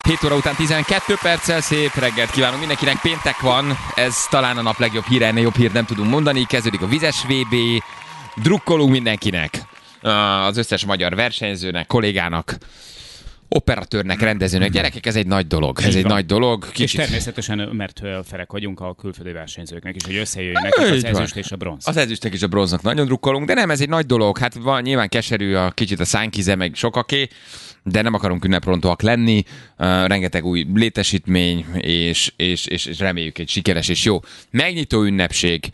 7 óra után 12 perccel szép reggelt kívánunk mindenkinek. Péntek van, ez talán a nap legjobb híre, ennél jobb hírt nem tudunk mondani. Kezdődik a vizes VB, drukkolunk mindenkinek, az összes magyar versenyzőnek, kollégának, operatőrnek, rendezőnek. Gyerekek, ez egy nagy dolog. Ez egy nagy dolog. Kicsit... És természetesen, mert felek vagyunk a külföldi versenyzőknek is, hogy összejöjjenek az ezüst és a bronz. Az ezüstek és a bronznak nagyon drukkolunk, de nem, ez egy nagy dolog. Hát van, nyilván keserű kicsit a szánkize, meg sokaké, de nem akarunk ünneprontóak lenni. Rengeteg új létesítmény, és reméljük egy sikeres és jó megnyitó ünnepség.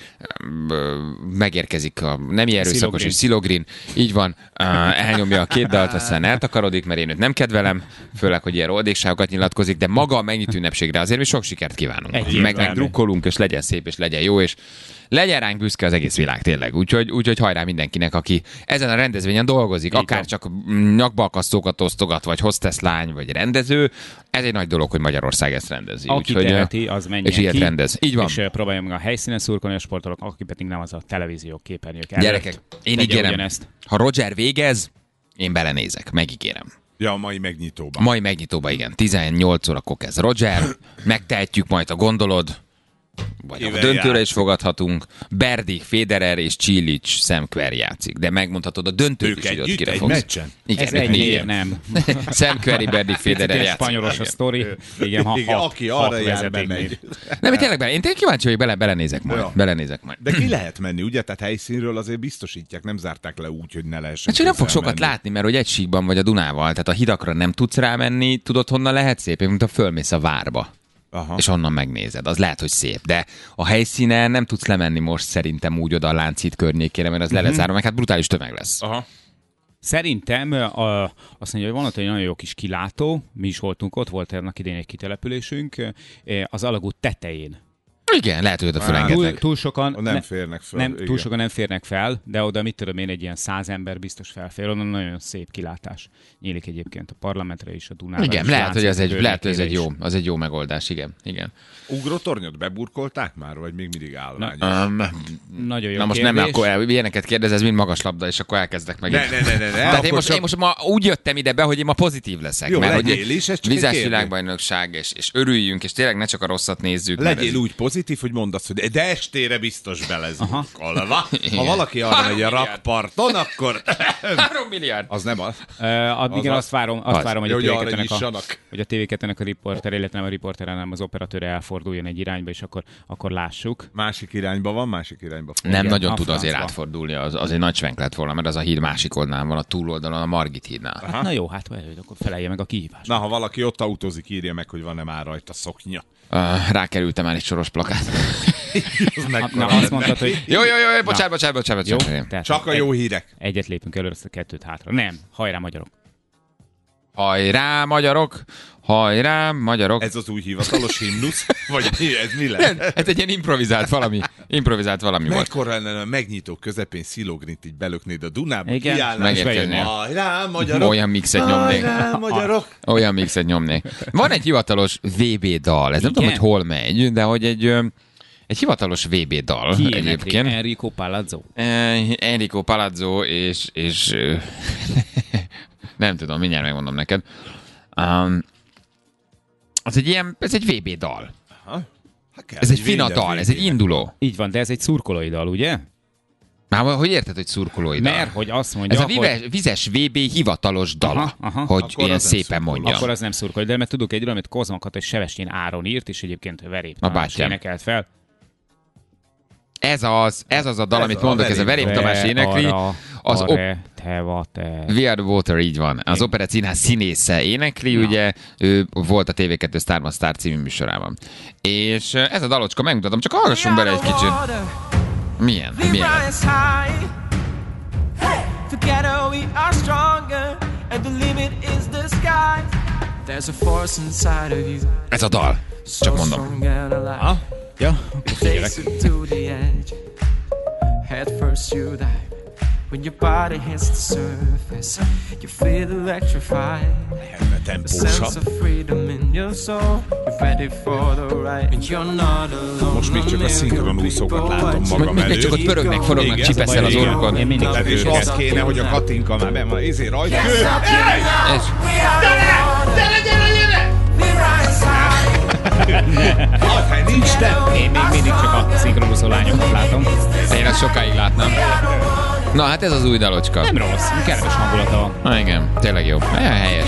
Megérkezik a nemi erőszakos és Szilogrin. Így van, elnyomja a két dalt, aztán eltakarodik, mert én őt nem kedvelem, főleg, hogy ilyen oldékságokat nyilatkozik, de maga a megnyitó ünnepségre azért mi sok sikert kívánunk. Meg drukkolunk, és legyen szép, és legyen jó, és legyen ránk büszke az egész világ, tényleg. Úgyhogy hajrá mindenkinek, aki ezen a rendezvényen dolgozik, akár csak nyakbalkasztókat osztogat, vagy hostesslány, vagy rendező. Ez egy nagy dolog, hogy Magyarország ezt rendezi. Aki teheti, az menjen és ilyet rendez. Így van. És próbálja meg a helyszínen szurkolni a sportolók, aki pedig nem, az a televízió képernyők előtt. Gyerekek, én ígérem, ha Roger végez, én belenézek, megígérem. Ja, a mai megnyitóban. Mai megnyitóban, igen. 18 órakor kezd Roger, megtehetjük majd, a gondolod, vagy a döntőre is fogadhatunk. Berdik, Federer és Cilic, Sam Querrey játszik. De megmondhatod, a döntőt is időt kire fogsz. Meccsen? Igen, ez egy nem. Sam Querrey, Berdik, Federer játszik. Spanyolos a sztori. Igen, aki arra jár, bemegy. Nem, tényleg én kíváncsi vagyok, belenézek majd. Ja. Belenézek majd. De ki lehet menni, ugye? Tehát helyszínről azért biztosítják, nem zárták le úgy, hogy ne lehessen. Hát csak nem fog sokat látni, mert hogy egy síkban vagy a Dunával, tehát a hidakra nem tudsz rámenni, tudod honnan lehet szép, mint a fölmész a várba. Aha. És onnan megnézed. Az lehet, hogy szép, de a helyszínen nem tudsz lemenni most szerintem úgy oda a Láncid környékére, mert az le lesz zárva, meg hát brutális tömeg lesz. Aha. Szerintem azt mondja, hogy van ott egy nagyon jó kis kilátó, mi is voltunk ott, volt annak idején egy kitelepülésünk, az alagút tetején. Igen, lehet, hogy oda fölengednek. Túl sokan nem férnek fel. Túl sokan nem férnek fel, de oda mit tudom én, egy ilyen 100 ember biztos felfér, onnan nagyon szép kilátás. Nyílik egyébként a parlamentre is, a Dunára. Igen, lehet, hogy ez egy jó megoldás, igen. Ugrótornyot beburkolták már, vagy még mindig állványos? Nagyon jó. Na most kérdés. nem, akkor ilyeneket kérdez, ez mind magaslabda, és akkor elkezdek meg. Ne. Tehát én most ma úgy jöttem ide be, hogy én ma pozitív leszek. Jó, mert legyél is, ez csak vizes világbajnokság, és örüljünk, és tényleg ne csak a rosszat nézzük. Legyél úgy pozitív, hogy mondd azt, hogy de estére biztos belezünk. Ha valaki arra megy a rakparton, akkor... 3 milliárd! Az nem az. Igen, azt várom, hogy a TV2-nek a riporter, illetve nem a riporter, hanem az operatőr elforduljon egy irányba, és akkor lássuk. Másik irányba van, másik irányba fog. Nem nagyon tud azért átfordulni, az egy nagy svenk lett volna, mert az a híd másik oldalán van, a túloldalon, a Margit hídnál. Hát, na jó, hát akkor felelje meg a kihívást. Na, ha valaki ott autózik, írja meg, hogy van-e már rajta szoknya. Rákerültem már egy soros plakát. Na, azt mondtad, hogy... Jó, bocsánat. Jó, csak a jó hírek. Egyet lépünk előre, azt a kettőt hátra. Nem, hajrá magyarok. Hajrá, magyarok. Ez az új hivatalos himnusz? Vagy mi lesz? Nem, ez egy ilyen improvizált valami volt. Mekkora lenne a megnyitó közepén Szilognit így belöknéd a Dunába? Igen, megérkezni. Hajrá, magyarok! Olyan mixet nyomnék. Hajrá, magyarok! Olyan mixet nyomnék. Van egy hivatalos VB dal, ez nem tudom, hogy hol megy, de hogy egy hivatalos VB dal egyébként. Enrico Palazzo. Enrico Palazzo és nem tudom, mindjárt megmondom neked. Ez egy VB dal. Ez egy fina dal, ez egy induló. Így van, de ez egy szurkolói dal, ugye? Már hogy érted, hogy szurkolói dal? Mert hogy azt mondja, ez a vizes VB hivatalos dala, hogy akkor ilyen szépen mondjam. Akkor az nem szurkolói, de mert tudok egy amit Kozmakat és Sevestjén Áron írt, és egyébként Verép Tamás énekelt fel. Ez az a dal, amit mondok, ez a Verép Tamás énekli. Az We Are the Water, így van. Az Operett Színház színésze énekli, ugye, ő volt a TV2 Starman Star című műsorában. És ez a dalocska, megmutatom, csak hallgassunk bele egy kicsit. Milyen? Ez a dal. Csak mondom. Ja, figyelek. When your body hits the surface, you feel electrified. The sense of freedom in your soul. You're ready for the ride, and you're not alone. Most még csak a szinkronúszókat látom magam előtt. Még csak ott pörögnek, forognak, csipeszel az orrukon. Én mindig és az kéne, hogy a Katinka már ben van, rajta. Gyere! Az, nincs temp. Én még mindig csak a szinkronozó lányokat látom. Én ezt sokáig látnám. Na, hát ez az új dalocska. Nem rossz, kellemes hangulata van. Na igen, tényleg jó. Nagyon helyes.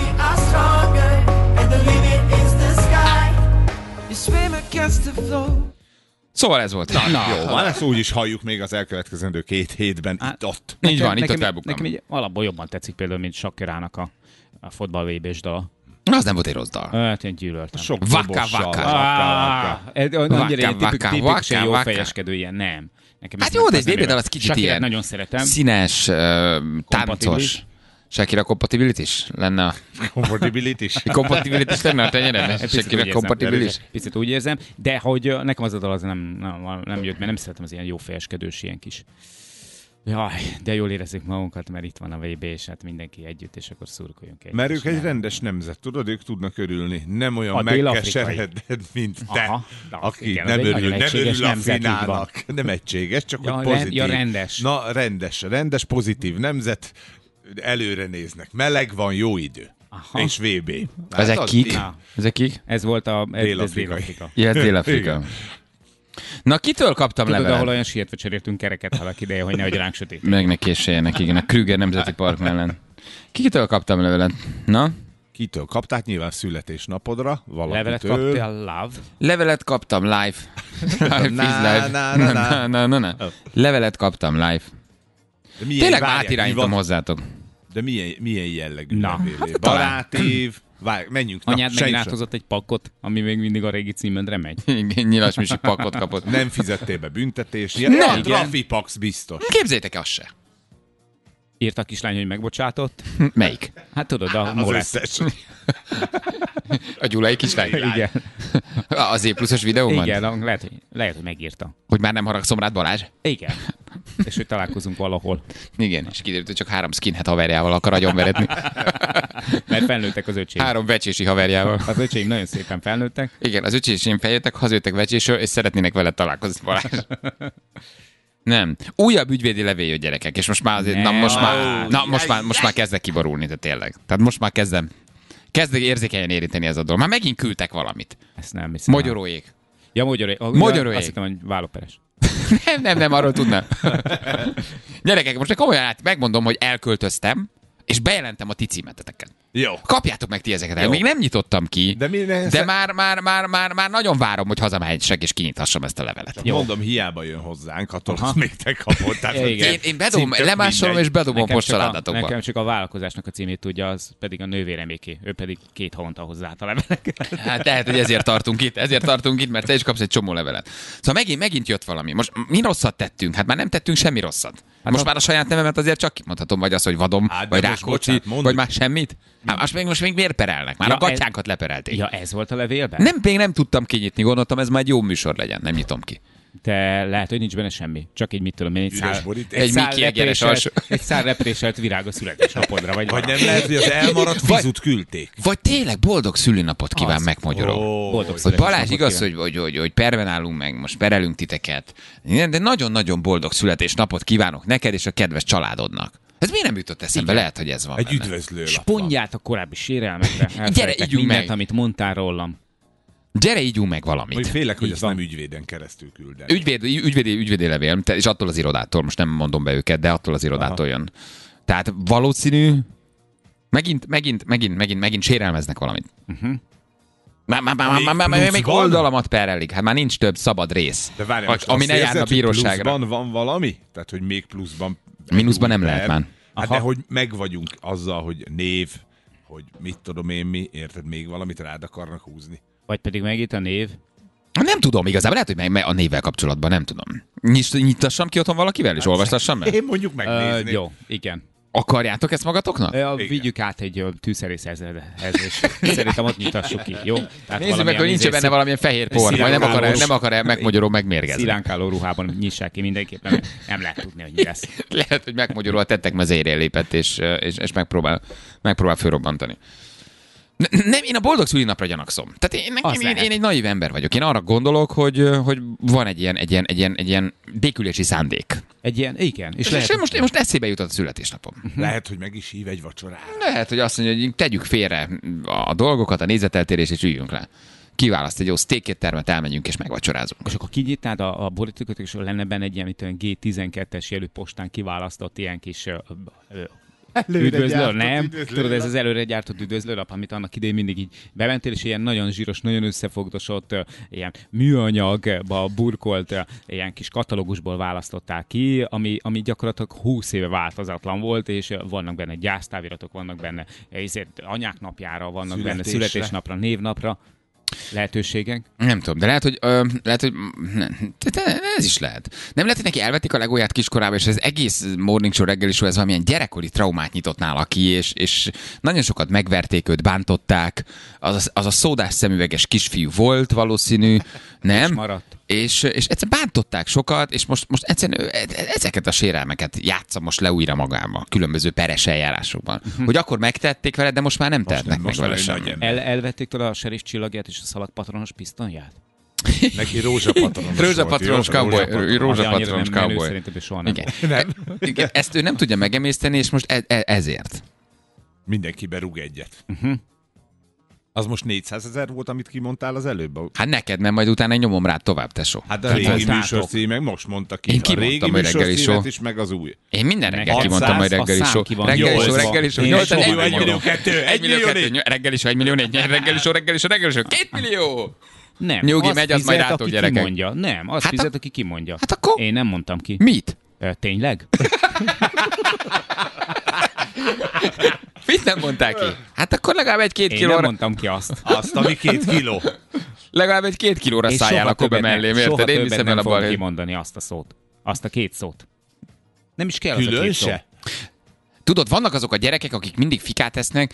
Szóval ez volt. Na, jó, van, ezt úgy is halljuk még az elkövetkezendő 2 hétben itt-ott. Így van, itt-ott elbuktam. Nekem így alapból jobban tetszik például, mint Sakkerának a fotball VB-s dala. Az nem volt egy rossz dal. Hát én gyűlöltem. Sok Vaka, dobossal, vaka. Tipikusan jó fejeskedő ilyen, nem. Nekem Hát jó, de egy VB dal az kicsit Shakirát ilyen nagyon szeretem. színes, táncos. Shakira kompatibilitis lenne a... Kompatibilitis lenne a tenyered? Shakira kompatibilis? Picit úgy érzem, de hogy nekem az a dal az nem jött, mert nem szeretem az ilyen jó fejeskedős ilyen kis. Jaj, de jól érezzük magunkat, mert itt van a VB, és hát mindenki együtt, és akkor szurkoljunk egy. Mert ők egy rendes nemzet, tudod, ők tudnak örülni. Nem olyan megkeseredett, mint te, aki igen, nem örül a nemzet, finának. Nem egységes, csak hogy pozitív. Ja, rendes. Na, rendes, pozitív nemzet, előre néznek. Meleg van, jó idő. Aha. És VB. Ezek kik? Ezek kik? Ez volt a Dél-Afrika. Ja, Dél-Afrika. Na, kitől kaptam levelet? levelet? Ahol olyan sietve cseréltünk kereket halak ideje, hogy nehogy ránk sötét. Meg ne késéljenek, igen, a Krüger Nemzeti Park mellett. Kitől kaptam levelet? Na? Kitől kapták? Nyilván születésnapodra. Levelet kaptál live? Levelet kaptam live. Live is live. Na. Levelet kaptam live. Tényleg átirányítom hozzátok. De milyen jellegű Na, levél? Barátív. Menjünk. Anyád megint áthozott egy pakkot, ami még mindig a régi címedre megy. Igen, Nyilas Misi pakkot kapott. Nem fizettél be büntetés. Nem. Trafipax biztos. Képzeljétek, az se. Írt a kislány, hogy megbocsátott. Melyik? Hát tudod, a Az molesz. összes. A Gyulai kislány? Igen. Az E+-os videóban? Igen, lehet, hogy megírta. Hogy már nem haragszom rád, Balázs? Igen. És hogy találkozunk valahol. Igen, és kiderült, hogy csak 3 skinhead haverjával akar agyonveretni. Mert felnőttek az öcséim. 3 vecsési haverjával. Az öcséim nagyon szépen felnőttek. Igen, az öcsésim feljöttek, hazajöttek vecsésről, és szeretnének veled találkozni, Balázs. Nem. Újabb ügyvédi levél jött, gyerekek, és most már azért, most már kezdek kiborulni, de tényleg. Tehát most már kezdek érzékenyen érinteni ez a dolog. Már megint küldtek valamit. Ezt nem hiszem. Mogyoróék. Ja, Mogyoróék. Azt hittem, hogy vállóperes. Nem, arról tudnám. Gyerekek, most komolyan megmondom, hogy elköltöztem, és bejelentem a ti címeteket. Jó. Kapjátok meg ti ezeket. Még nem nyitottam ki, de már nagyon várom, hogy hazamehessek és kinyithassam ezt a levelet. Jó. Mondom, hiába jön hozzánk, attól azt még te kapod. Én bedobom, lemásolom és bedobom postcsaládátokba. Nekem csak a vállalkozásnak a címét tudja, az pedig a nővéreméké. Ő pedig 2 havonta hozzá a leveleket. Hát lehet, hogy ezért tartunk itt, mert te is kapsz egy csomó levelet. Szóval megint jött valami. Most mi rosszat tettünk? Hát már nem tettünk semmi rosszat. Most már a saját nevemet azért csak kimondhatom, vagy az, hogy Vadom, vagy Rákóczi, vagy már semmit. Hát most még miért perelnek? Már a gatyánkat leperelték. Ja, ez volt a levélben? Még nem tudtam kinyitni, gondoltam, ez már egy jó műsor legyen, nem nyitom ki. De lehet, hogy nincs benne semmi. Csak egy mit tudom én, egy szál représelt virág a születésnapodra. Vagy nem lehet, hogy az elmaradt fizut küldték. Vagy tényleg boldog szülinapot kíván megmagyarom. Hogy Balázs, igaz, hogy perben állunk meg, most perelünk titeket. De nagyon-nagyon boldog születésnapot kívánok neked és a kedves családodnak. Ez miért nem jutott eszembe? Lehet, hogy ez van. Egy üdvözlő. Spondját a korábbi sérelmekre. Gyere, ígyunk meg. Amit mondtál rólam. Gyere, ígyunk meg valamit. Hogy félek, hogy ezt nem ügyvéden keresztül küldeni. Ügyvédi levél, és attól az irodától, most nem mondom be őket, de attól az irodától jön. Tehát valószínű, megint sérelmeznek valamit. Még oldalamat perelik, hát már nincs több szabad rész. De várjál, ami ne járna bíróságra. Pluszban van valami? Tehát, hogy még pluszban... Mínuszban nem lehet már. Hát de hogy megvagyunk azzal, hogy név, hogy mit tudom én mi, érted, még valamit rád akarnak húzni. Vagy pedig meg itt a név. Nem tudom igazából, lehet, hogy a névvel kapcsolatban, nem tudom. Nyitassam ki otthon valakivel, és olvastassam meg? Én mondjuk megnézni. Jó, igen. Akarjátok ezt magatoknak? Vigyük át egy tűzszerészhez, és szerintem ott nyitassuk ki, jó? Nézzük meg, hogy nincs benne valamilyen fehér por, majd nem akar megmagyaról megmérgezni. Szilánkáló ruhában nyissák ki mindenképpen, nem lehet tudni, hogy mi lesz. Lehet, hogy megmagyarul a tettek mezére lépett, és megpróbál fölrobbantani. Nem, én a boldog szülinapra gyanakszom. Tehát én egy naív ember vagyok. Én arra gondolok, hogy van egy ilyen békülési szándék. Egy ilyen, igen. És most eszébe jutott a születésnapom. Lehet, hogy meg is hív egy vacsorára. Lehet, hogy azt mondja, hogy tegyük félre a dolgokat, a nézeteltérést, és üljünk le. kiválaszt egy jó sztékéttermet, elmegyünk és megvacsorázunk. És akkor kinyitnád a borítékot, és lenne benne egy ilyen, mint olyan G12-es jelű postán kiválasztott ilyen kis üdvözlő, nem? Tudod, ez az előre gyártott üdvözlőlap, amit annak idején mindig így bementél, és ilyen nagyon zsíros, nagyon összefogdosott, ilyen műanyagba burkolt, ilyen kis katalógusból választották ki, ami gyakorlatilag 20 éve változatlan volt, és vannak benne gyásztáviratok, vannak benne ezért anyák napjára, vannak benne születésnapra, névnapra lehetőségek. Nem tudom, de lehet, hogy ez is lehet. Nem lehet, hogy neki elvetik a legóját kiskorában, és az egész Morning Show reggeli show ez valamilyen gyerekkori traumát nyitott nála ki, és nagyon sokat megverték őt, bántották. Az a szódás szemüveges kisfiú volt valószínű, nem? És maradt. És egyszerűen bántották sokat, és most egyszerűen ezeket a sérelmeket játsza most le újra magába, különböző peres eljárásokban. Hogy akkor megtették vele, de most már nem tehetnek meg vele semmi. Elvették tőle a sheriff csillagját és a szalagpatronos pisztonját? Neki rózsapatronos cowboy. Szerintem is soha nem. Igen, ezt ő nem tudja megemészteni, és most ezért. Mindenki berúg egyet. Az most 400 000 volt, amit kimondtál az előbb? Hát neked, mert majd utána nyomom rád tovább, tesó. Hát a régi műsorcímek most mondta ki. Én kimondtam, hogy reggeli show. Is, meg az új. Én minden reggel kimondtam, hogy reggeli show. Reggeli show. 1 millió 2. 1 millió 2. Reggeli show 1 millió 4. Reggeli show 2 millió. Nem. Nyugi, megy, az majd rátok, gyerekek. Kimondja. Nem, az fizet, aki kimondja. Hát akkor... Én nem mondtam ki. Mit? Tényleg? Mit nem mondták ki? Hát akkor legalább 1-2 kilóra... Én nem mondtam ki azt. Azt, ami 2 kiló. Legalább 1-2 kilóra szálljál akkor be mellém, érted? Én viszem el a bal. Soha kimondani azt a szót. Azt a 2 szót. Nem is kell az a 2 szó. Tudod, vannak azok a gyerekek, akik mindig fikát esznek.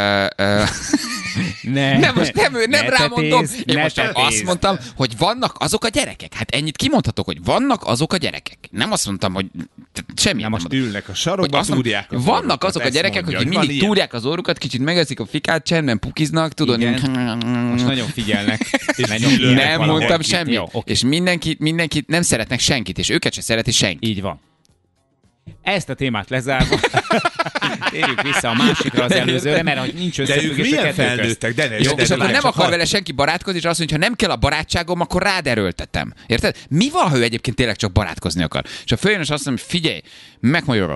Nem, most nem rámondom. Én most csak azt mondtam, hogy vannak azok a gyerekek. Hát ennyit kimondhatok, hogy vannak azok a gyerekek. Nem azt mondtam, hogy semmi. Most ülnek a sarokba, túrják az vannak orrukat, azok a gyerekek, akik mindig túrják az orrukat, kicsit megeszik a fikát, csendben pukiznak, tudod. Most nagyon figyelnek. Nem mondtam semmi. És mindenkit nem szeretnek senkit, és őket se szereti senki. Így van. Ezt a témát lezárva, térjük vissza a másikra, az előzőre, mert hogy nincs összefüggés a kettő közt. És akkor nem akar vele senki barátkozni, és azt mondja, ha nem kell a barátságom, akkor rád erőltetem. Érted? Mi van, ha ő egyébként tényleg csak barátkozni akar? És a följön, és azt mondja, figyelj, megmagyarul,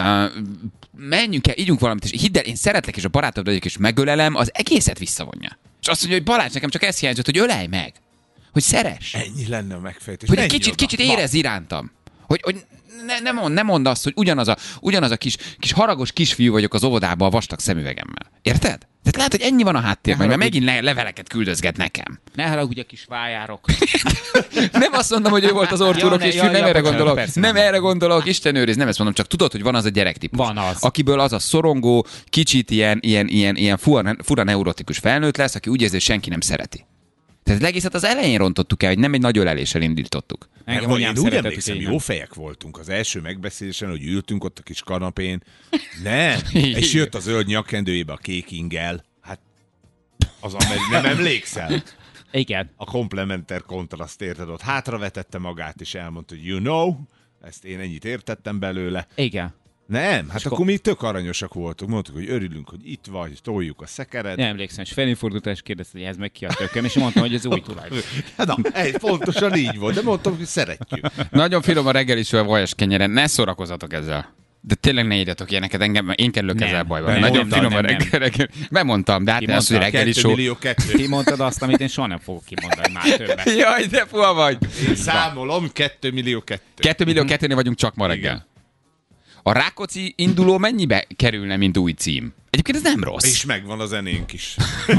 menjünk el, ígyunk valamit, és hidd el, én szeretlek, és a barátod vagyok, és megölelem, az egészet visszavonja. És azt mondja, hogy Balázs, nekem csak ez hiányzott, hogy ölelj meg. Hogy szeress. Ennyi lenne a megfejtés. Hogy kicsit érez irántam. Hogy ne mondd azt, hogy ugyanaz a kis haragos kisfiú vagyok az óvodában a vastag szemüvegemmel. Érted? Tehát lehet, hogy ennyi van a háttérben, mert megint leveleket küldözget nekem. Ne haragudj a kis vájárok. Nem azt mondom, hogy ő volt az ortúrok, és nem erre gondolok. Nem erre gondolok, Isten őriz, nem ezt mondom, csak tudod, hogy van az a gyerektípus. Van az. Akiből az a szorongó, kicsit ilyen fura neurotikus felnőtt lesz, aki úgy érzi, hogy senki nem szereti. Tehát az egészet az elején rontottuk el, hogy nem egy nagy öleléssel indítottuk. Én úgy emlékszem, jó fejek voltunk az első megbeszélésen, hogy ültünk ott a kis kanapén. Nem. És jött a zöld nyakkendőjébe a kék ingel. Hát az nem emlékszel? Igen. A komplementer kontraszt, érted? Ott hátravetette magát, és elmondta, hogy you know, ezt én ennyit értettem belőle. Igen. Nem, hát akkor mi tök aranyosak voltunk. Mondtuk, hogy örülünk, hogy itt vagy, toljuk a szekered. Nem emlékszem, és felindfordultál, és kérdezte, hogy ez meg ki a tököm, és mondtam, hogy ez új tulajdonos. Na, pontosan így volt, de mondtam, hogy szeretjük. Nagyon finom a reggel is a vajas kenyeren, ne szórakozzatok ezzel. De tényleg ne írjatok ilyeneket, engem, én kerülök ezzel bajba. Nagyon finom a reggel. Bemondtam, de hát ne azt, hogy reggeli show. 2 millió 2. Ti mondtad azt, amit én soha nem fogok kimondani már többet. Jaj, de fuha vagy. Én számolom, 2 millió 2. 2 millió 2-nél vagyunk csak ma reggel. A Rákóczi induló mennyibe kerülne, mint új cím? Egyébként ez nem rossz. És megvan a zenénk is.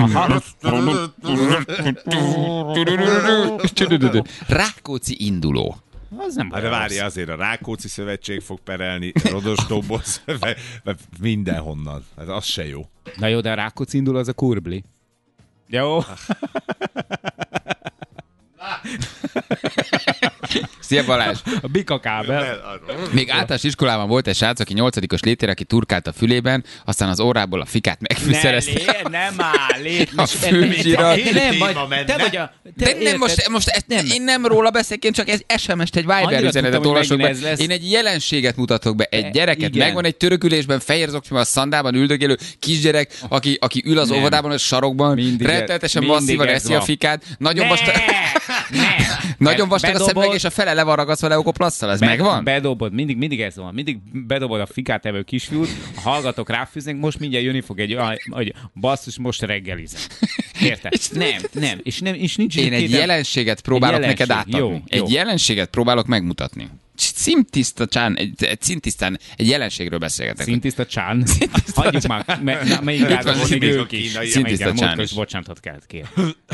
Rákóczi induló. Az nem baj. De várja, azért a Rákóczi Szövetség fog perelni, Rodostóból, mindenhonnan. Hát az se jó. Na jó, de a Rákóczi indul, az a kurbli. Jó. Szia Balázs! A bikakábel. Még általános iskolában volt egy srác, aki 8-os létére, aki turkált a fülében, aztán az órából a fikát megfűszerezte. Nem áll, A fülzsírat. Nem, te vagy a... De nem, most én nem róla beszélek, én csak egy SMS-t, egy Viber üzenetet olvasok be. Én egy jelenséget mutatok be, egy gyereket. Igen. Megvan egy törökülésben, fehér zokniban, a szandában üldögélő kisgyerek, aki ül az óvodában, a sarokban, rettenetesen masszívan eszi a fikát, nagyon vastag a szemüveg, és a fele le van ragaszva leukoplasszal. Ez megvan? Bedobod, mindig ez van. Mindig bedobod a fikát evő kisfiút, a hallgatók ráfűznek, most mindjárt jönni fog egy basszus, most reggelizem. Érted? Nem. És nincs Én egy jelenséget próbálok neked átadni. Jó. Egy jelenséget próbálok megmutatni. Szintisztán egy jelenségről beszélgetek. Szintiszta csán. Hagyjuk már, melyik gázban még ők is. Szintiszta csán is. Bocsánatot kellett kérni.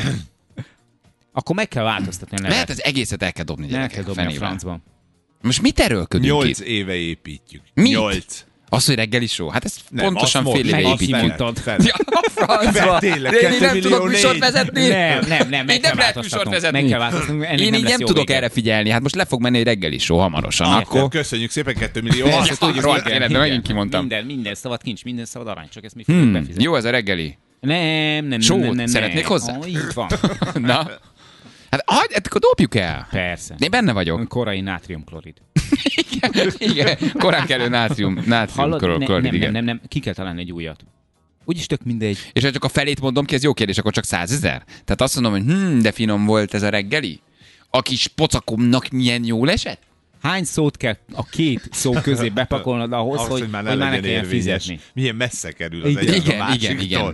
Akkor meg kell változtatni a nevet. Lehet az egészet el kell dobni, El gyerekek. kell dobni a francban. Most mit erőlködünk 8 itt? éve építjük. Mit? 8. Az, hogy reggeli show? Hát ez Nem, pontosan azt fél éve most építjük. mondtad. Ja, a francba! Tényleg, De én 2 nem millió tudok műsort négy. vezetni? Nem, Én meg nem kell lehet műsort változtatnunk. vezetni. Meg kell változtatnunk. Ennek Én így lesz nem jó tudok vége. erre figyelni. Hát most le fog menni egy reggeli show hamarosan. Akkor... Köszönjük szépen, 2 millió. Persze, tudjuk, rohadt igen, életben igen. megint kimondtam. Minden szabad kincs, minden szabad arany, csak ezt mi fogjuk befizetni. Jó ez a reggeli. Nem. Sót szeretnék hozzá? Így van. Na? Hát akkor dobjuk el. Persze. Én benne vagyok. Korai nátriumklorid. Igen, korán kelő nátrium klorid, igen. Nem, ki kell találni egy újat. Úgyis tök mindegy. És ha csak a felét mondom ki, ez jó kérdés, akkor csak 100 000? Tehát azt mondom, hogy de finom volt ez a reggeli? A kis pocakomnak milyen jól esett? Hány szót kell a két szó közé bepakolnod ahhoz, hogy már ne kelljen fizetni? Milyen messze kerül az Igen, egyik a másiktól.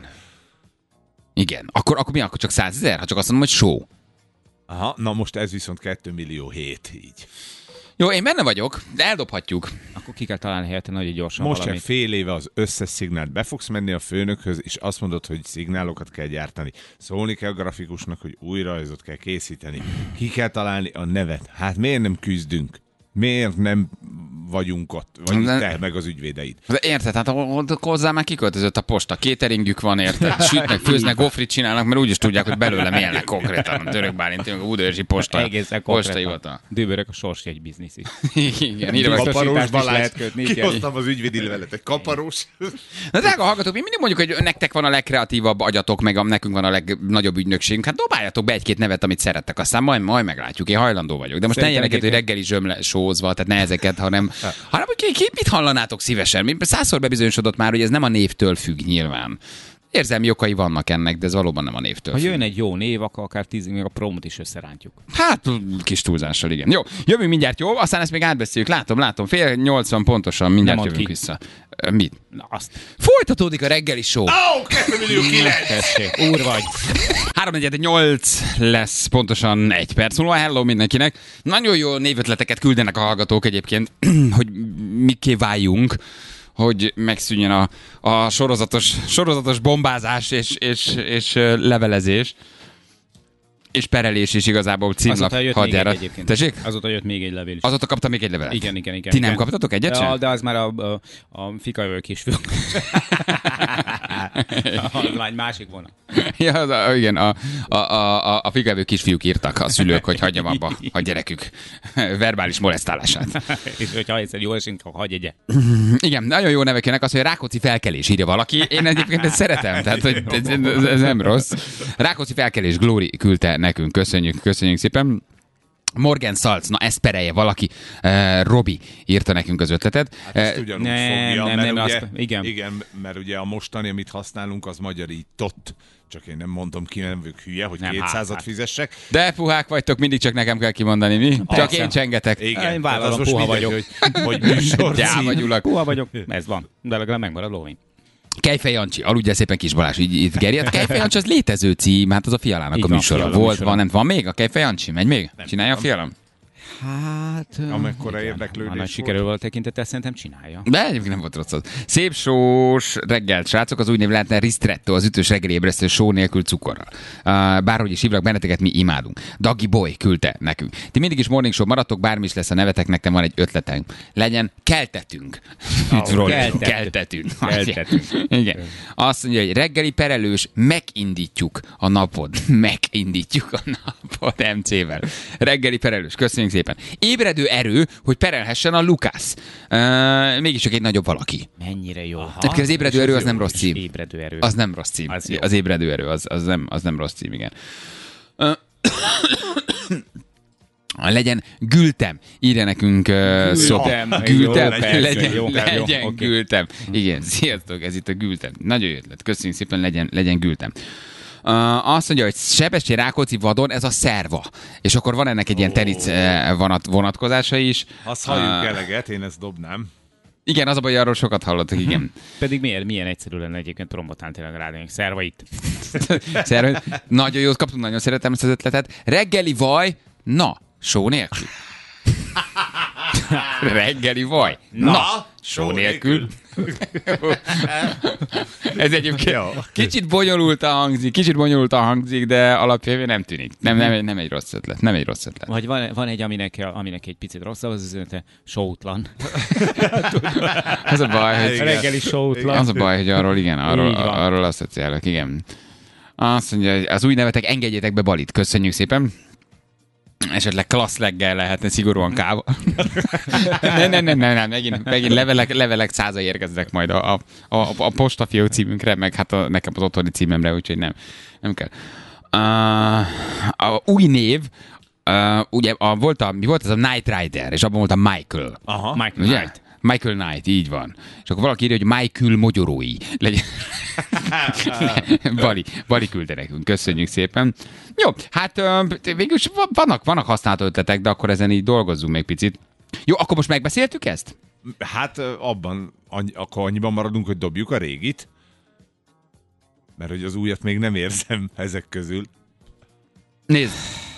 Igen. Akkor mi? Akkor csak 100 000? Ha csak azt mondom, hogy show. Aha, na most ez viszont 2 millió 7 így. Jó, én benne vagyok, de eldobhatjuk. Akkor ki kell találni helyette nagyon gyorsan Most valamit. csak fél éve az összes szignált be fogsz menni a főnökhöz, és azt mondod, hogy szignálokat kell gyártani. Szólni kell a grafikusnak, hogy új rajzot kell készíteni. Ki kell találni a nevet. Hát miért nem küzdünk? Miért nem vagyunk ott? Vagy te, meg az ügyvédeid. De érted, hát hozzá már kiköltözött a posta, cateringük van, érted? Sütnek, főznek, gofrit csinálnak, mert úgyis tudják, hogy belőlem élnek konkrétan. A Török Bálint, a Budaörsi posta. Egészen Postahivatal. Dübörök a sorsjegy biznisz is. Igen, ide van. Kaparós Balázs. lehet kötni, igen. Kihoztam az ügyvédi levelet. Egy kaparós. Na drága hallgatók, mi mindig mondjuk, hogy nektek van a legkreatívabb agyatok, meg nekünk van a legnagyobb ügynökségünk. Hát dobáljatok be egy-két nevet, amit szerettek, aztán majd meglátjuk. Én hajlandó vagyok. De most ne ilyeneket, hogy reggeli zsömle sózva, tehát ne ezeket, hanem hogy mit hallanátok szívesen? 100-szor bebizonyosodott már, hogy ez nem a névtől függ nyilván. Érzelmi okai vannak ennek, de ez valóban nem a névtől Ha függ. jön egy jó név, akkor akár 10 még a promot is összerántjuk. Hát, kis túlzással, igen. Jó, jövünk mindjárt, jó? Aztán ezt még átbeszéljük. Látom. Fél 80 pontosan, mindjárt Nem jövünk mond ki. vissza. Mit? Na azt. Folytatódik a reggeli show. Ó, 2 millió 9! Tessék, úr vagy. 3-8 lesz pontosan 1 perc múlva. Hello mindenkinek. Nagyon jó névötleteket küldenek a hallgatók egyébként, hogy miké váljunk, hogy megszűnjön a sorozatos bombázás és levelezés. És perelés is igazából címlap Azóta jött még egy hadjárat. egyébként. Tessék? Azóta jött még egy levél is. Azóta kaptam még egy levelet. Igen. Ti nem kaptatok egyet sem? Ja, de az már a fikajövő kisfiú. Az már egy másik vonal. Ja, igen, a fikávő kisfiúk írtak a szülők, hogy hagyjam abba a gyerekük verbális molesztálását. És hogyha egyszer jól esünk, akkor hagyj egye. Igen, nagyon jó nevek jönnek, az, hogy Rákóczi felkelés írja valaki. Én egyébként ezt szeretem, tehát hogy ez nem rossz. Rákóczi felkelés, Glóri küldte nekünk, köszönjük szépen. Morgan Salz, na ezt perelje valaki. Robi írta nekünk az ötletet. Hát ezt ugyanúgy fogja, mert ugye, igen, mert ugye a mostani, amit használunk, az magyarított. Csak én nem mondom ki, nem vagyok hülye, hogy 200-at fizessek. De puhák vagytok, mindig csak nekem kell kimondani, mi? Csak én csengetek. Igen, Én vállalom, most puha mindegy, vagyok. hogy műsor Gyáva Gyulak. Puha vagyok, ez van. De legalább megmarad lóvén. Kejfej Jancsi, aludjál szépen Kis Balázs, így itt gerjed. Kejfej Jancsi az létező cím, hát az a Fialának Így a van, műsora Fiala volt, műsora. van, nem van még a Kejfej Jancsi? Megy még? Csinálja a Fialam? Hát... Amekkora igen, érdeklődés ha nagy volt. sikerül volt tekintettel, szerintem csinálja. De egyébként nem volt rossz az. Szép sós reggelt, srácok, az úgynevezett lehetne ristretto, az ütős reggeli ébresztő só nélkül cukorral. Bárhogy is hívlak benneteket, mi imádunk. Dagi Boy küldte nekünk. Ti mindig is morning show maradtok, bármi is lesz a nevetek, nekem van egy ötletünk. Legyen keltetünk. Keltetünk. Igen. Azt mondja, hogy reggeli perelős, megindítjuk a napod. Megindítjuk a napod MC-vel. Reggeli perelős. Köszönjük szépen. Ébredő erő, hogy perelhessen a Lucas. Mégis csak egy nagyobb valaki. Mennyire jó. Tehát az ébredő erő az nem rossz cím. Ébredő erő. Az nem rossz cím. Az ébredő erő az nem rossz cím, igen. Legyen Gültem. Írja nekünk legyen Gültem. Igen, sziasztok, ez itt a Gültem. Nagyon jó ötlet. Köszönjük szépen, legyen Gültem. Azt mondja, hogy Sebestyén Rákóczi vadon ez a szerva. És akkor van ennek egy ilyen tenic vonatkozása is. Azt halljuk eleget, én ezt dobnám. Igen, az a baj, arról sokat hallottak, igen. Pedig milyen egyszerű lenne egyébként trombotán tényleg rádiónk. Szerva itt. Nagyon jót kaptunk, nagyon szeretem ezt az ötletet. Reggeli vaj, na, só nélkül. Reggeli vaj, na, só nélkül. Ez egyébként kicsit bonyolultan hangzik, de alapjában nem tűnik. Nem egy rossz ötlet. Nem egy rossz ötlet. Vagy van egy, aminek egy picit rosszabb, az üzenete sótlan. Az a baj, hogy reggeli sótlan. Az a baj, hogy arról asszociálok, igen. Azt mondja, hogy az új nevetek, engedjétek be Balit. Köszönjük szépen. Esetleg klassz reggel lehetne, szigorúan káva. Nem, megint levelek százai érkeznek majd a postafió címünkre, meg hát nekem az otthoni címemre, úgyhogy nem kell. A új név, ugye mi volt ez a Knight Rider, és abban volt a Michael. Aha. Michael Knight. Michael Knight, így van. És akkor valaki írja, hogy Michael Mogyorói. Bali küldte nekünk. Köszönjük szépen. Jó, hát végülis vannak használható ötletek, de akkor ezen így dolgozzunk még picit. Jó, akkor most megbeszéltük ezt? Hát akkor annyiban maradunk, hogy dobjuk a régit. Mert hogy az újat még nem érzem ezek közül. Nézd.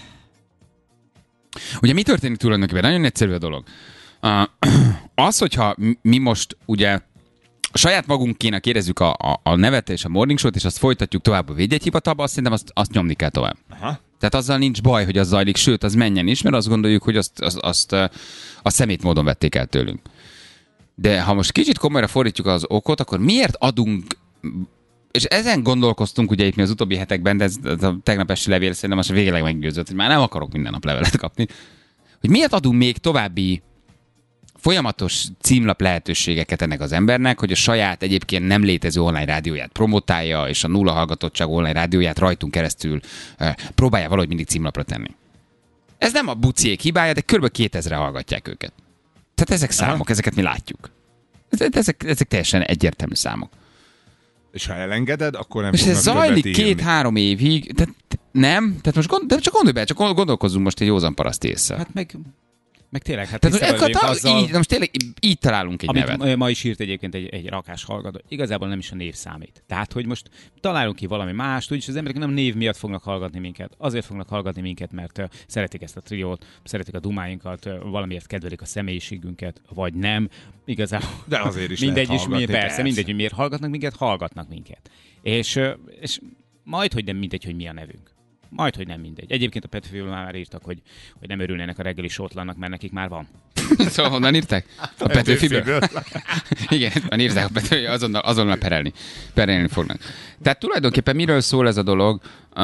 Ugye mi történik tulajdonképpen? Nagyon egyszerű a dolog. Az, hogyha mi most ugye saját magunkének érezzük a nevet és a morning show-t, és azt folytatjuk tovább a védjegyhivatalba, azt szerintem azt nyomni kell tovább. Aha. Tehát azzal nincs baj, hogy az zajlik, sőt, az menjen is, mert azt gondoljuk, hogy azt szemét módon vették el tőlünk. De ha most kicsit komolyra fordítjuk az okot, akkor miért adunk, és ezen gondolkoztunk ugye itt mi az utóbbi hetekben, de ez a tegnap esti levél szerintem most végleg meggyőzött, hogy már nem akarok minden nap levelet kapni, hogy miért adunk még további folyamatos címlap lehetőségeket ennek az embernek, hogy a saját egyébként nem létező online rádióját promotálja, és a nulla hallgatottság online rádióját rajtunk keresztül próbálja valahogy mindig címlapra tenni. Ez nem a buciék hibája, de kb. 2000-re hallgatják őket. Tehát ezek számok, ezeket mi látjuk. Ezek teljesen egyértelmű számok. És ha elengeded, akkor nem és fognak ez zajlik többet 2-3 évig, nem? Tehát most csak gondolj be, csak gondolkozzunk most egy józan paraszt észre. Hát meg tényleg, hát most tényleg így találunk egy nevet. Amit ma is írt egyébként egy rakás hallgató. Igazából nem is a név számít. Tehát, hogy most találunk ki valami mást, úgyis az emberek nem név miatt fognak hallgatni minket. Azért fognak hallgatni minket, mert szeretik ezt a triót, szeretik a dumáinkat, valamiért kedvelik a személyiségünket, vagy nem. Igazából. De azért is mindegy lehet hallgatni. Persze, mindegy, hogy miért hallgatnak minket. És majd, hogy nem mindegy, hogy mi a nevünk. Majd, hogy nem mindegy. Egyébként a Petőfiből már írtak, hogy nem örülnének a reggeli sótlannak, mert nekik már van. Szóval honnan írták? A Petőfiből? Igen, már írták a Petőfiből, azonnal perelni fognak. Tehát tulajdonképpen miről szól ez a dolog?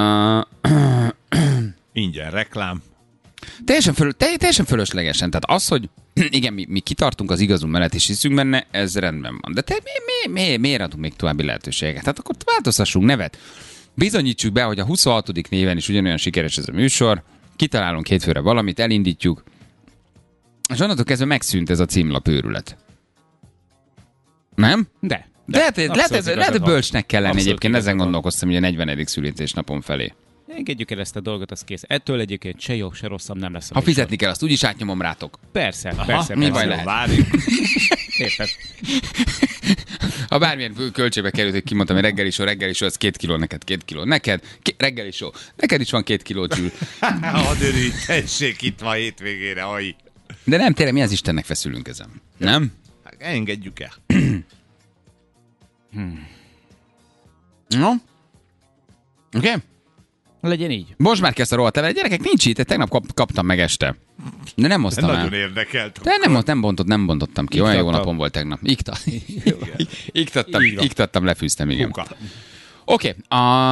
Ingyen reklám. Teljesen fölöslegesen. Tehát az, hogy igen, mi kitartunk az igazunk mellett és hiszünk benne, ez rendben van. De miért adunk még további lehetőségeket? Tehát akkor változtassunk nevet. Bizonyítsuk be, hogy a 26. néven is ugyanolyan sikeres ez a műsor, kitalálunk hétfőre valamit, elindítjuk, és onnantól kezdve megszűnt ez a címlap őrület. Nem? De lehet, bölcsnek kell lenni egyébként, ezen gondolkoztam, hogy a 40. születésnapon felé. Engedjük el ezt a dolgot, az kész. Ettől egyébként se jobb, se rosszabb nem lesz. Ha fizetni kell, azt úgyis átnyomom rátok. Persze. Mi baj lehet? Várjuk. Érted. Ha bármilyen költségbe került, hogy kimondtam, hogy reggeli só, az 2 kiló, neked 2 kiló. Neked reggeli só, neked is van 2 kiló csül. Hadd örülj, tessék, itt van hétvégére, aj. De nem, tényleg mi az Istennek feszülünk ezen? Nem? Hát, engedjük el. No? Oké? Okay? Legyen így. Most már kezd a rohadt levelet. Gyerekek, nincs itt, tegnap kaptam meg este. De nem hoztam el. Nagyon érdekelt. De nem bontottam ki. Olyan jó napom volt tegnap. Iktattam, lefűztem, igen. Oké.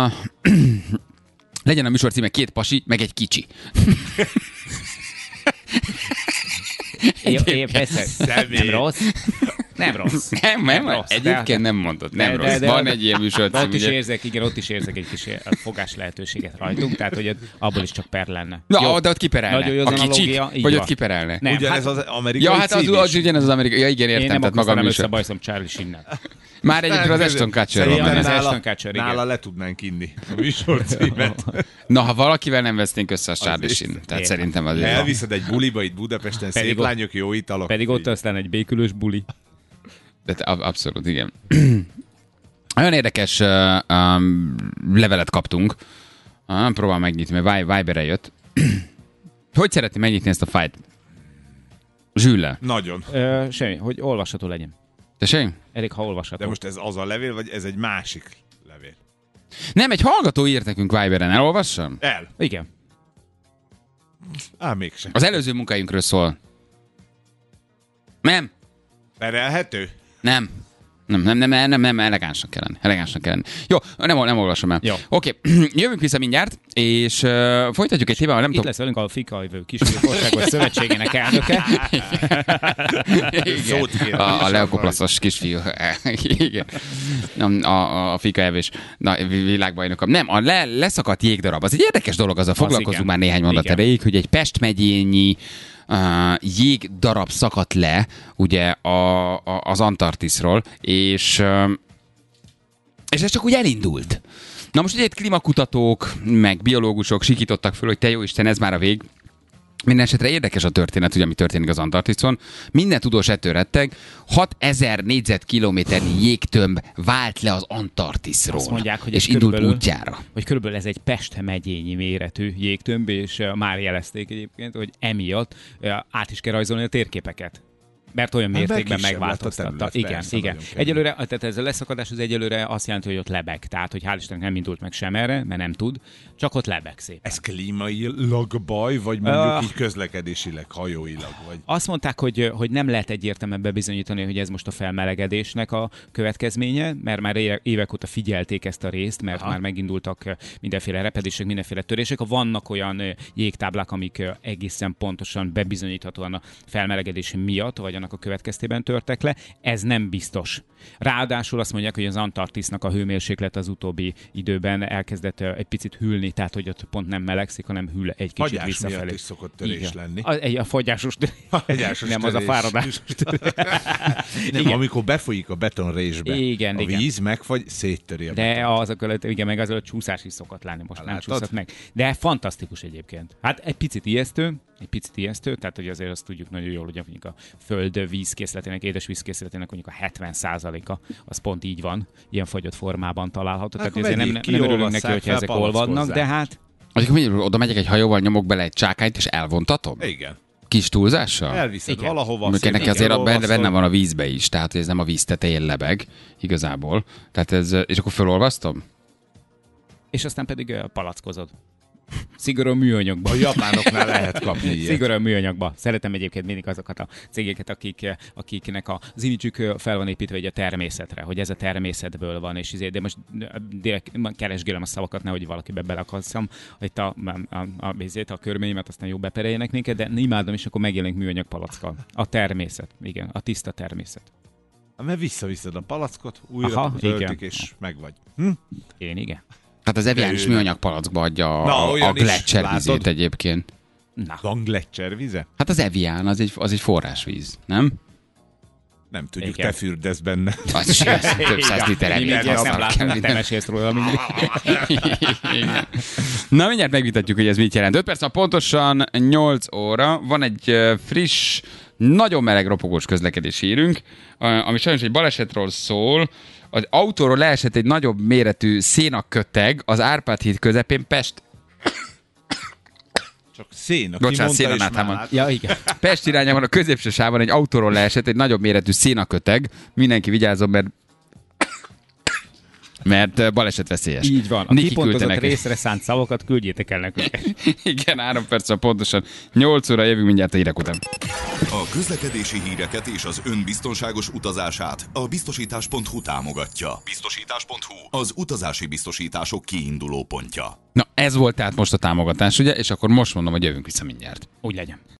Legyen a műsor címe 2 pasi, meg egy kicsi. Persze, nem rossz. Nem rossz. Nem rossz. Egyébként nem mondod, nem rossz. Van egy ilyen műsorcím. Ott is érzek egy kis fogás lehetőséget rajtunk, tehát hogy abból is csak per lenne. Na, de ott kiperelne. Nagyon jó az a kicsik, vagy ott kiperelne. Nem, ugyanez az amerikai ja, hát az ugyanez az amerikai. Ja, igen, értem, tehát magam is. összebajszom Charlie Sheen-nel. Már egyébként az Ashton Kutcher van. Nála le tudnánk inni a műsorcímet. Na, ha valakivel nem vesznénk össze a Charlie Sheen, tehát szerintem azért. Elviszed egy buliba itt Budapesten, szép lányok, jó italok. Pedig ott aztán egy békülős buli. De abszolút, igen. Olyan érdekes levelet kaptunk. Próbál megnyitni, mert Viberre jött. Hogy szeretné megnyitni ezt a fájt? Zsüllel. Nagyon. Semmi, hogy olvasható legyen. Tessék? Elég, ha olvasható. De most ez az a levél, vagy ez egy másik levél? Nem, egy hallgató írt nekünk Viberen, elolvassam? Igen. Mégsem. Az előző munkáinkról szól. Nem. Perelhető? Nem, elegánsnak kell lenni. Jó, nem olvasom el. Jó. Oké, jövünk vissza mindjárt, és folytatjuk egy témával, nem Itt lesz velünk a Fikajvő Kisfiúk Országos Szövetségének elnöke. A leokoplaszos kisfiú. Igen. A fikaevés világbajnoka. Nem, a leszakadt jégdarab. Az egy érdekes dolog, azzal foglalkozunk már néhány mondat erejéig, hogy egy Pest megyényi jégdarab szakadt le, ugye az Antarktiszról, és ez csak úgy elindult. Na most ugye itt klímakutatók, meg biológusok sikítottak föl, hogy te jó Isten, ez már a vég. Minden esetre érdekes a történet, ugye, ami történik az Antarktiszon. Minden tudós ettől retteg. 6000 négyzetkilométernyi jégtömb vált le az Antarktiszról. Azt mondják, hogy és indult útjára. Hogy körülbelül ez egy Pest megyényi méretű jégtömb, és már jelezték egyébként, hogy emiatt át is kell rajzolni a térképeket. Mert olyan mértékben megváltoztatta. Igen. Egyelőre, tehát ez a leszakadás az egyelőre azt jelenti, hogy ott lebeg. Tehát, hogy hál' Istennek nem indult meg sem erre, mert nem tud, csak ott lebeg szépen. Ez klímailag baj, vagy mondjuk így közlekedésileg, hajóilag? Vagy? Azt mondták, hogy nem lehet egyértelműen bebizonyítani, hogy ez most a felmelegedésnek a következménye, mert már évek óta figyelték ezt a részt, mert már megindultak mindenféle repedések, mindenféle törések. Vannak olyan jégtáblák, amik egészen pontosan bebizonyíthatóan a felmelegedés miatt, vagy annak a következtében törtek le. Ez nem biztos. Ráadásul azt mondják, hogy az Antarktisznak a hőmérséklet az utóbbi időben elkezdett egy picit hűlni, tehát hogy ott pont nem melegszik, hanem hűl egy kicsit fagyás visszafelé. Fagyás miatt is szokott törés lenni. A fagyásos törés. Nem, az a fáradásos törés. Nem, amikor befolyik a betonrésbe, a víz megfagy, széttöri a beton. De az meg az a csúszás is szokott lenni, most nem csúszott meg. De fantasztikus egyébként. Hát egy picit ijesztő, tehát hogy azért azt tudjuk nagyon jól, hogy mondjuk a föld vízkészletének, édes vízkészletének mondjuk a 70%-a, az pont így van, ilyen fagyott formában található. Tehát azért nem örülünk neki, hogyha ezek olvadnak, de hát... Oda megyek egy hajóval, nyomok bele egy csákányt, és elvontatom? Igen. Kis túlzással? Elviszed valahova. Neki azért benne van a vízbe is, tehát ez nem a víz tetején lebeg, igazából. Tehát ez, és akkor felolvasztom? És aztán pedig palackozod. Szigorúan műanyagba. A japánoknál lehet kapni ilyet. Szigorúan műanyagba. Szeretem egyébként mindig azokat a cégeket, akiknek az imidzsük fel van építve egy a természetre, hogy ez a természetből van, és de most keresgélem a szavakat, nehogy valakibe belakasszam, hogy a körményemet aztán jó bepereljenek minket, de imádom, és akkor megjelenik műanyag palackkal. A természet, igen, a tiszta természet. Mert visszaviszed a palackot, újra töltik, és megvagy. Igen. Hát az Evian is műanyag palackba adja a Gletscher-vizét egyébként. Van Gletscher-vize? Hát az Evian, az egy forrásvíz, nem? Nem tudjuk, te fürdesz benne. Az is több 100 liter Evian. Te mesélsz róla mindig. Na, mindjárt megvitatjuk, hogy ez mit jelent. 5 perc, pontosan 8 óra. Van egy friss, nagyon meleg ropogós közlekedési hírünk, ami sajnos egy balesetről szól. Az autóról leesett egy nagyobb méretű szénaköteg az Árpád híd közepén Pest. Csak szén, aki bocsánat, mondta és már. Ja, igen. Pest irányában a középső sávban egy autóról leesett egy nagyobb méretű szénaköteg. Mindenki vigyázzon, mert baleset veszélyes. Így van. A kipontozott részre szánt szavakat küldjétek el nekünk. Igen, 3 perc pontosan 8 óra, jövünk mindjárt a hírek után. A közlekedési híreket és az önbiztonságos utazását a biztosítás.hu támogatja. Biztosítás.hu, az utazási biztosítások kiinduló pontja. Na, ez volt tehát most a támogatás, ugye? És akkor most mondom, hogy jövünk vissza mindjárt. Úgy legyen.